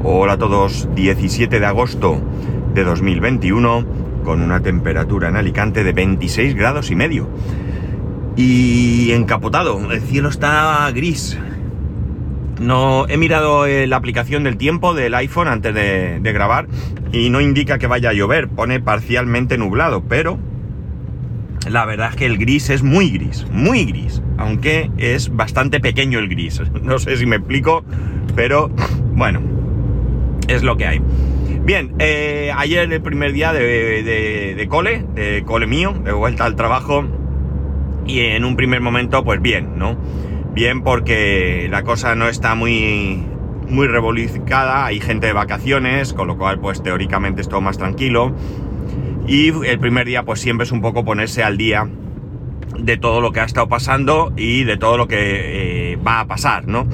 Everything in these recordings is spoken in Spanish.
Hola a todos, 17 de agosto de 2021, con una temperatura en Alicante de 26 grados y medio. Y encapotado, el cielo está gris. No he mirado la aplicación del tiempo del iPhone antes de grabar y no indica que vaya a llover, pone parcialmente nublado, pero la verdad es que el gris es muy gris, aunque es bastante pequeño el gris. No sé si me explico, pero bueno, es lo que hay. Bien, ayer el primer día de cole mío, de vuelta al trabajo, y en un primer momento pues bien, ¿no? Bien, porque la cosa no está muy revolucionada, hay gente de vacaciones, con lo cual pues teóricamente es todo más tranquilo. Y el primer día pues siempre es un poco ponerse al día de todo lo que ha estado pasando y de todo lo que va a pasar, ¿no?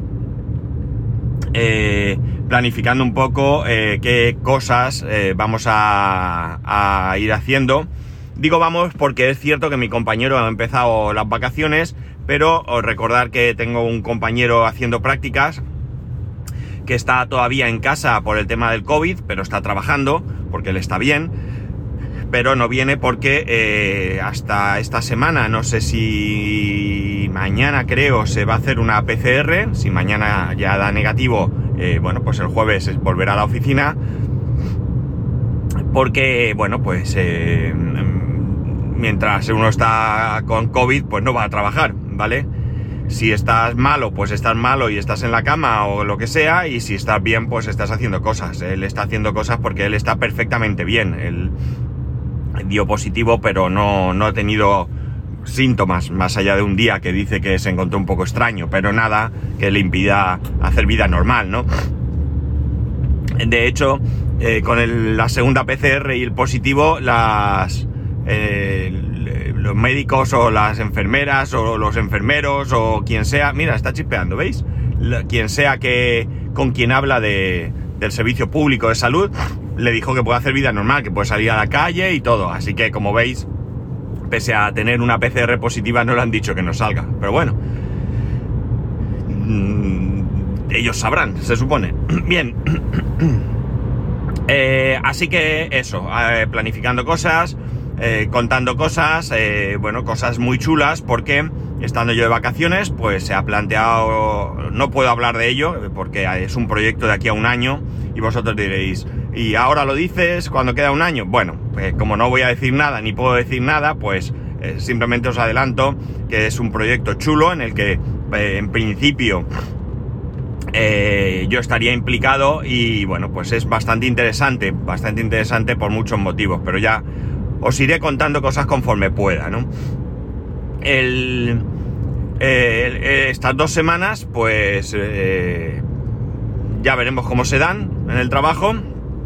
Planificando un poco qué cosas vamos a ir haciendo. Digo vamos porque es cierto que mi compañero ha empezado las vacaciones, pero os recordar que tengo un compañero haciendo prácticas que está todavía en casa por el tema del COVID, pero está trabajando porque él está bien, pero no viene porque hasta esta semana, no sé si mañana creo, se va a hacer una PCR. Si mañana ya da negativo, bueno, pues el jueves volverá a la oficina, porque, bueno, pues mientras uno está con COVID, pues no va a trabajar, ¿vale? Si estás malo, pues estás malo y estás en la cama o lo que sea, y si estás bien, pues estás haciendo cosas. Él está haciendo cosas porque él está perfectamente bien. Él dio positivo, pero no ha tenido síntomas, más allá de un día que dice que se encontró un poco extraño, pero nada que le impida hacer vida normal, ¿no? De hecho, con la segunda PCR y el positivo, los médicos o las enfermeras o los enfermeros o quien sea, mira, está chispeando, ¿veis? Quien sea con quien habla del servicio público de salud, le dijo que puede hacer vida normal, que puede salir a la calle y todo. Así que, como veis, pese a tener una PCR positiva, no le han dicho que no salga. Pero bueno, ellos sabrán, se supone. Bien. Así que eso, planificando cosas, contando cosas, bueno, cosas muy chulas, porque estando yo de vacaciones, pues se ha planteado, no puedo hablar de ello, porque es un proyecto de aquí a un año, y vosotros diréis, ¿y ahora lo dices cuando queda un año? Bueno, pues como no voy a decir nada, ni puedo decir nada, pues simplemente os adelanto que es un proyecto chulo en el que, en principio, yo estaría implicado, y bueno, pues es bastante interesante por muchos motivos, pero ya os iré contando cosas conforme pueda, ¿no? Estas 2 semanas, pues ya veremos cómo se dan en el trabajo,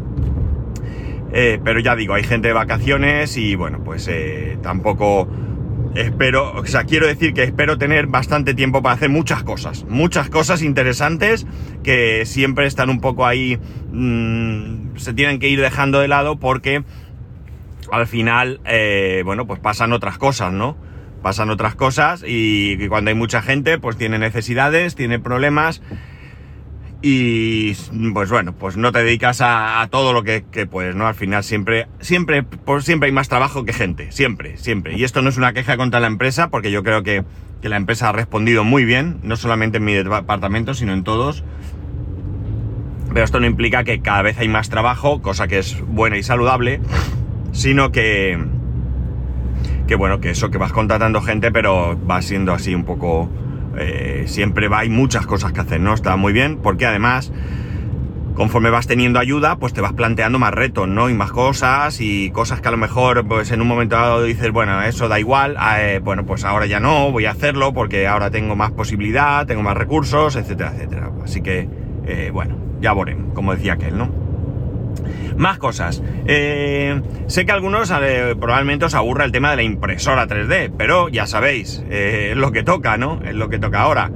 pero ya digo, hay gente de vacaciones y bueno, pues tampoco espero, o sea, quiero decir que espero tener bastante tiempo para hacer muchas cosas interesantes que siempre están un poco ahí, se tienen que ir dejando de lado porque al final, bueno, pues pasan otras cosas, ¿no? Pasan otras cosas y cuando hay mucha gente, pues tiene necesidades, tiene problemas y, pues bueno, pues no te dedicas a todo lo que puedes, ¿no? Al final siempre hay más trabajo que gente, siempre. Y esto no es una queja contra la empresa, porque yo creo que la empresa ha respondido muy bien, no solamente en mi departamento, sino en todos. Pero esto no implica que cada vez hay más trabajo, cosa que es buena y saludable, sino que bueno, que eso, que vas contratando gente, pero va siendo así un poco, siempre hay muchas cosas que hacer, ¿no? Está muy bien, porque además, conforme vas teniendo ayuda, pues te vas planteando más retos, ¿no? Y más cosas, y cosas que a lo mejor, pues en un momento dado dices, bueno, eso da igual, bueno, pues ahora ya no, voy a hacerlo, porque ahora tengo más posibilidad, tengo más recursos, etcétera, etcétera. Así que, bueno, ya veremos, como decía aquel, ¿no? Más cosas. Sé que a algunos probablemente os aburra el tema de la impresora 3D, pero ya sabéis, es lo que toca, ¿no? Es lo que toca ahora.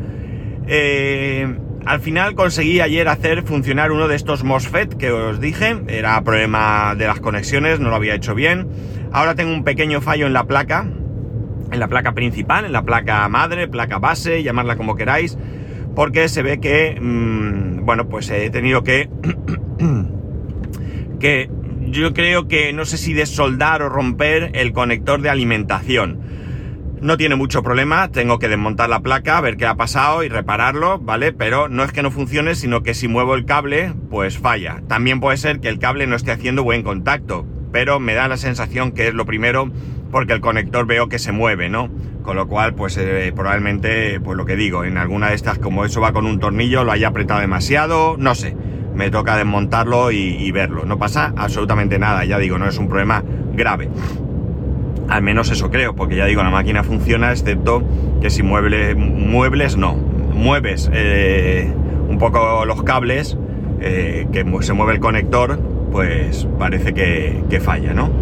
Al final conseguí ayer hacer funcionar uno de estos MOSFET que os dije. Era problema de las conexiones, no lo había hecho bien. Ahora tengo un pequeño fallo en la placa principal, en la placa madre, placa base, llamarla como queráis. porque se ve que, bueno, pues he tenido que yo creo que no sé si desoldar o romper el conector de alimentación. No tiene mucho problema, tengo que desmontar la placa, ver qué ha pasado y repararlo, ¿vale? Pero no es que no funcione, sino que si muevo el cable, pues falla. También puede ser que el cable no esté haciendo buen contacto, pero me da la sensación que es lo primero, porque el conector veo que se mueve, ¿no? Con lo cual, pues probablemente, pues lo que digo, en alguna de estas, como eso va con un tornillo, lo haya apretado demasiado, no sé. Me toca desmontarlo y verlo. No pasa absolutamente nada, ya digo, no es un problema grave. Al menos eso creo, porque ya digo, la máquina funciona, excepto que si mueves un poco los cables, que se mueve el conector, pues parece que falla, ¿no?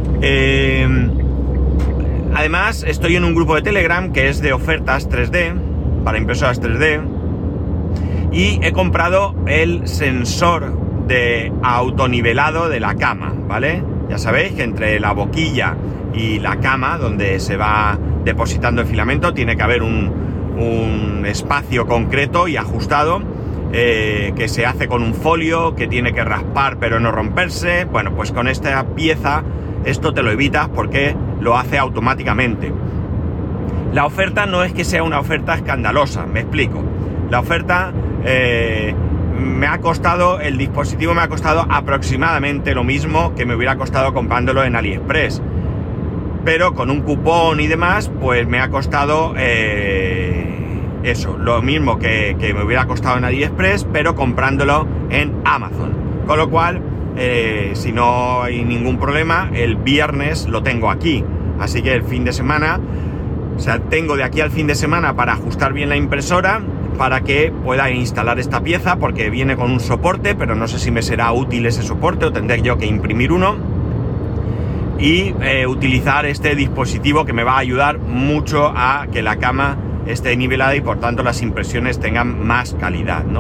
Además, estoy en un grupo de Telegram que es de ofertas 3D, para impresoras 3D, y he comprado el sensor de autonivelado de la cama, ¿vale? Ya sabéis que entre la boquilla y la cama, donde se va depositando el filamento, tiene que haber un espacio concreto y ajustado, que se hace con un folio, que tiene que raspar pero no romperse. Bueno, pues con esta pieza esto te lo evitas porque lo hace automáticamente. La oferta no es que sea una oferta escandalosa, me explico. La oferta el dispositivo me ha costado aproximadamente lo mismo que me hubiera costado comprándolo en AliExpress. Pero con un cupón y demás, pues me ha costado eso, lo mismo que me hubiera costado en AliExpress, pero comprándolo en Amazon. Con lo cual, si no hay ningún problema, el viernes lo tengo aquí. Así que el fin de semana, o sea, tengo de aquí al fin de semana para ajustar bien la impresora, para que pueda instalar esta pieza, porque viene con un soporte, pero no sé si me será útil ese soporte o tendré yo que imprimir uno. Y utilizar este dispositivo que me va a ayudar mucho a que la cama esté nivelada y por tanto las impresiones tengan más calidad, ¿no?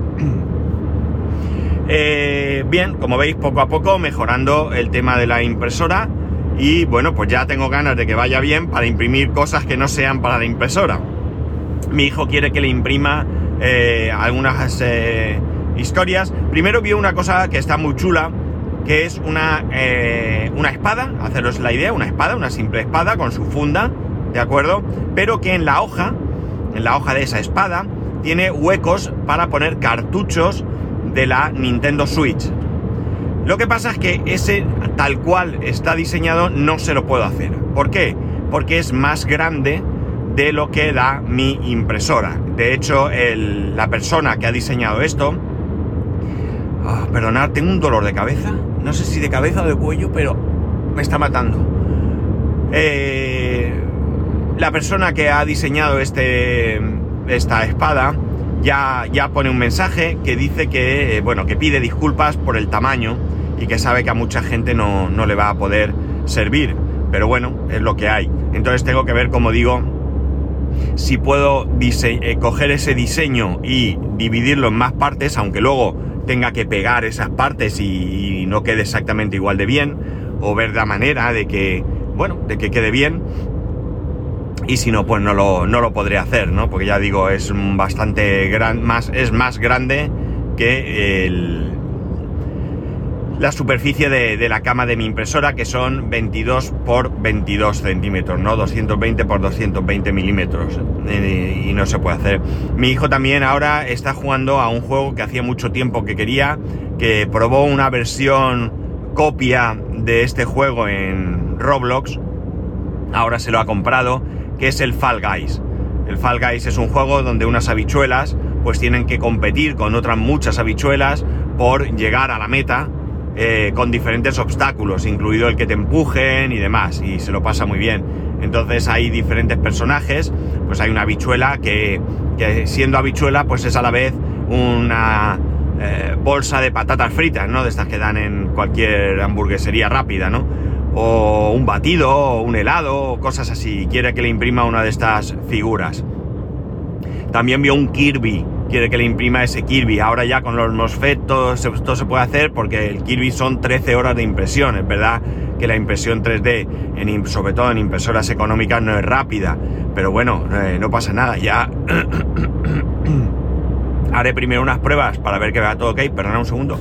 Bien, como veis, poco a poco mejorando el tema de la impresora y bueno, pues ya tengo ganas de que vaya bien para imprimir cosas que no sean para la impresora. Mi hijo quiere que le imprima algunas historias. Primero vio una cosa que está muy chula, que es una espada, haceros la idea, una simple espada con su funda, ¿de acuerdo? Pero que en la hoja de esa espada, tiene huecos para poner cartuchos de la Nintendo Switch. Lo que pasa es que ese, tal cual está diseñado, no se lo puedo hacer. ¿Por qué? Porque es más grande de lo que da mi impresora. De hecho, la persona que ha diseñado esto... perdonad, tengo un dolor de cabeza. No sé si de cabeza o de cuello, pero me está matando. La persona que ha diseñado esta espada ya pone un mensaje que dice que, que pide disculpas por el tamaño y que sabe que a mucha gente no le va a poder servir. Pero bueno, es lo que hay. Entonces tengo que ver, como digo, si puedo coger ese diseño y dividirlo en más partes, aunque luego tenga que pegar esas partes y no quede exactamente igual de bien, o ver la manera de que quede bien, y si no, pues no lo podré hacer, ¿no? Porque ya digo, es bastante es más grande que la superficie de la cama de mi impresora, que son 22 por 22 centímetros, ¿no? 220 por 220 milímetros, y no se puede hacer. Mi hijo también ahora está jugando a un juego que hacía mucho tiempo que quería, que probó una versión copia de este juego en Roblox, ahora se lo ha comprado, que es el Fall Guys. El Fall Guys es un juego donde unas habichuelas pues tienen que competir con otras muchas habichuelas por llegar a la meta, con diferentes obstáculos, incluido el que te empujen y demás, y se lo pasa muy bien. Entonces hay diferentes personajes, pues hay una habichuela que siendo habichuela pues es a la vez una bolsa de patatas fritas, ¿no? De estas que dan en cualquier hamburguesería rápida, ¿no? O un batido, o un helado, o cosas así. Quiere que le imprima una de estas figuras. También vio un Kirby, quiere que le imprima ese Kirby. Ahora ya con los MOSFET todo se puede hacer, porque el Kirby son 13 horas de impresión. Es verdad que la impresión 3D, sobre todo en impresoras económicas, no es rápida, pero bueno, no pasa nada. Ya haré primero unas pruebas para ver que va todo ok. Perdona un segundo.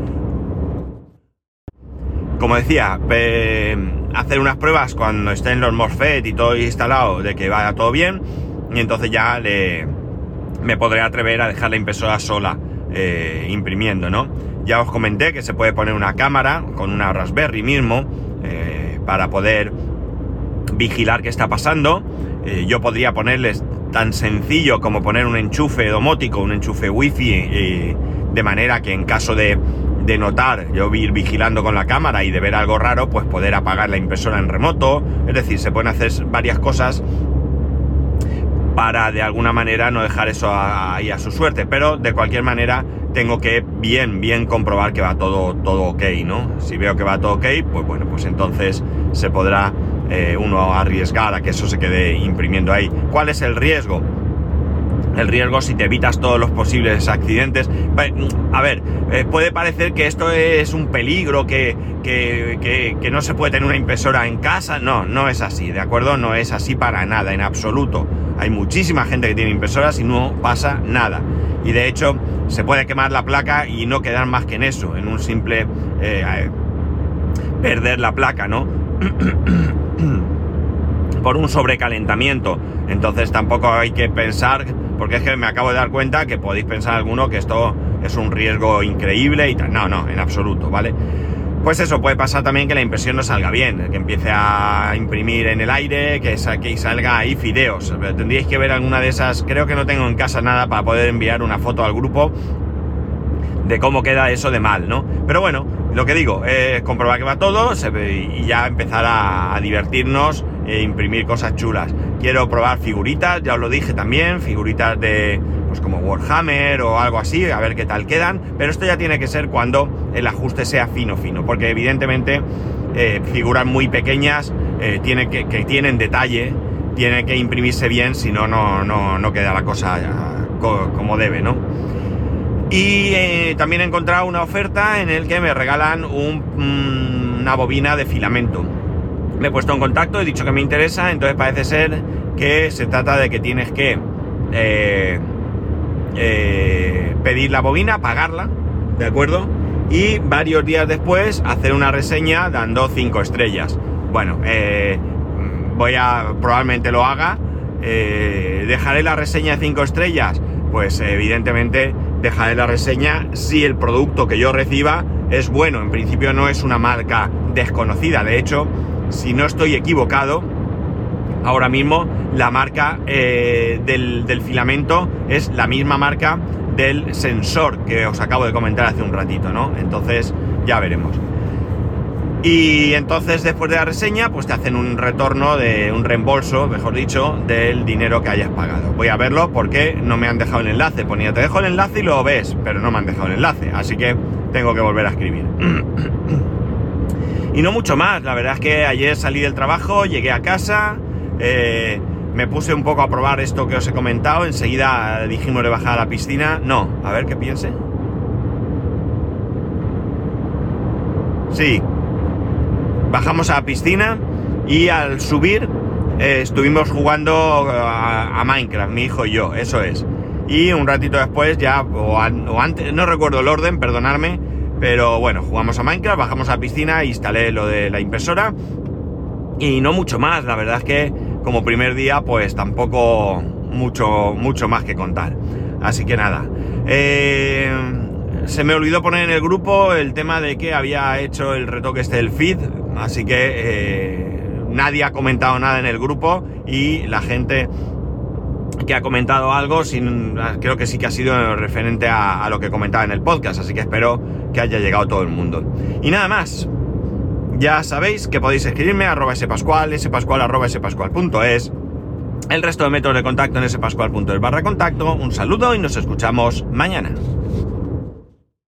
Como decía, hacer unas pruebas cuando estén los MOSFET y todo instalado de que vaya todo bien, y entonces ya me podré atrever a dejar la impresora sola imprimiendo, ¿no? Ya os comenté que se puede poner una cámara con una Raspberry mismo para poder vigilar qué está pasando. Yo podría ponerles tan sencillo como poner un enchufe domótico, un enchufe wifi, de manera que en caso de notar, yo ir vigilando con la cámara y de ver algo raro, pues poder apagar la impresora en remoto. Es decir, se pueden hacer varias cosas para de alguna manera no dejar eso ahí a su suerte, pero de cualquier manera tengo que bien comprobar que va todo ok, ¿no? Si veo que va todo ok, pues bueno, pues entonces se podrá uno arriesgar a que eso se quede imprimiendo ahí. ¿Cuál es el riesgo? El riesgo, si te evitas todos los posibles accidentes. A ver, puede parecer que esto es un peligro, que no se puede tener una impresora en casa. No es así, ¿de acuerdo? No es así para nada, en absoluto. Hay muchísima gente que tiene impresoras y no pasa nada. Y de hecho, se puede quemar la placa y no quedar más que en eso, en un simple perder la placa, ¿no? Por un sobrecalentamiento. Entonces tampoco hay que pensar, porque es que me acabo de dar cuenta que podéis pensar alguno que esto es un riesgo increíble y tal. No, en absoluto, ¿vale? Pues eso, puede pasar también que la impresión no salga bien, que empiece a imprimir en el aire, que salga ahí fideos. Tendríais que ver alguna de esas. Creo que no tengo en casa nada para poder enviar una foto al grupo de cómo queda eso de mal, ¿no? Pero bueno, lo que digo, es comprobar que va todo y ya empezar a divertirnos e imprimir cosas chulas. Quiero probar figuritas, ya os lo dije también, figuritas de, pues como Warhammer o algo así, a ver qué tal quedan, pero esto ya tiene que ser cuando el ajuste sea fino, porque evidentemente figuras muy pequeñas que tienen detalle, tiene que imprimirse bien, si no, no queda la cosa como debe, ¿no? Y también he encontrado una oferta en el que me regalan una bobina de filamento. Me he puesto en contacto, he dicho que me interesa, entonces parece ser que se trata de que tienes que pedir la bobina, pagarla, ¿de acuerdo? Y varios días después hacer una reseña dando 5 estrellas. Bueno, probablemente lo haga. ¿Dejaré la reseña de 5 estrellas? Pues evidentemente dejaré la reseña si el producto que yo reciba es bueno. En principio no es una marca desconocida. De hecho, si no estoy equivocado, ahora mismo la marca del filamento es la misma marca del sensor que os acabo de comentar hace un ratito, ¿no? Entonces ya veremos. Y entonces después de la reseña pues te hacen un retorno, un reembolso, mejor dicho, del dinero que hayas pagado. Voy a verlo porque no me han dejado el enlace. Ponía, te dejo el enlace y lo ves, pero no me han dejado el enlace, así que tengo que volver a escribir. Y no mucho más, la verdad es que ayer salí del trabajo, llegué a casa, me puse un poco a probar esto que os he comentado, enseguida dijimos de bajar a la piscina. No, a ver qué piense. Sí, bajamos a la piscina y al subir estuvimos jugando a Minecraft, mi hijo y yo, eso es. Y un ratito después ya, o antes, no recuerdo el orden, perdonadme, pero bueno, jugamos a Minecraft, bajamos a la piscina, instalé lo de la impresora y no mucho más. La verdad es que como primer día pues tampoco mucho más que contar. Así que nada, se me olvidó poner en el grupo el tema de que había hecho el retoque del feed, así que nadie ha comentado nada en el grupo y la gente que ha comentado algo creo que sí que ha sido referente a lo que comentaba en el podcast, así que espero que haya llegado todo el mundo. Y nada más, ya sabéis que podéis escribirme @spascual, spascual@spascual.es, el resto de métodos de contacto en spascual.es/contacto. Un saludo y nos escuchamos mañana.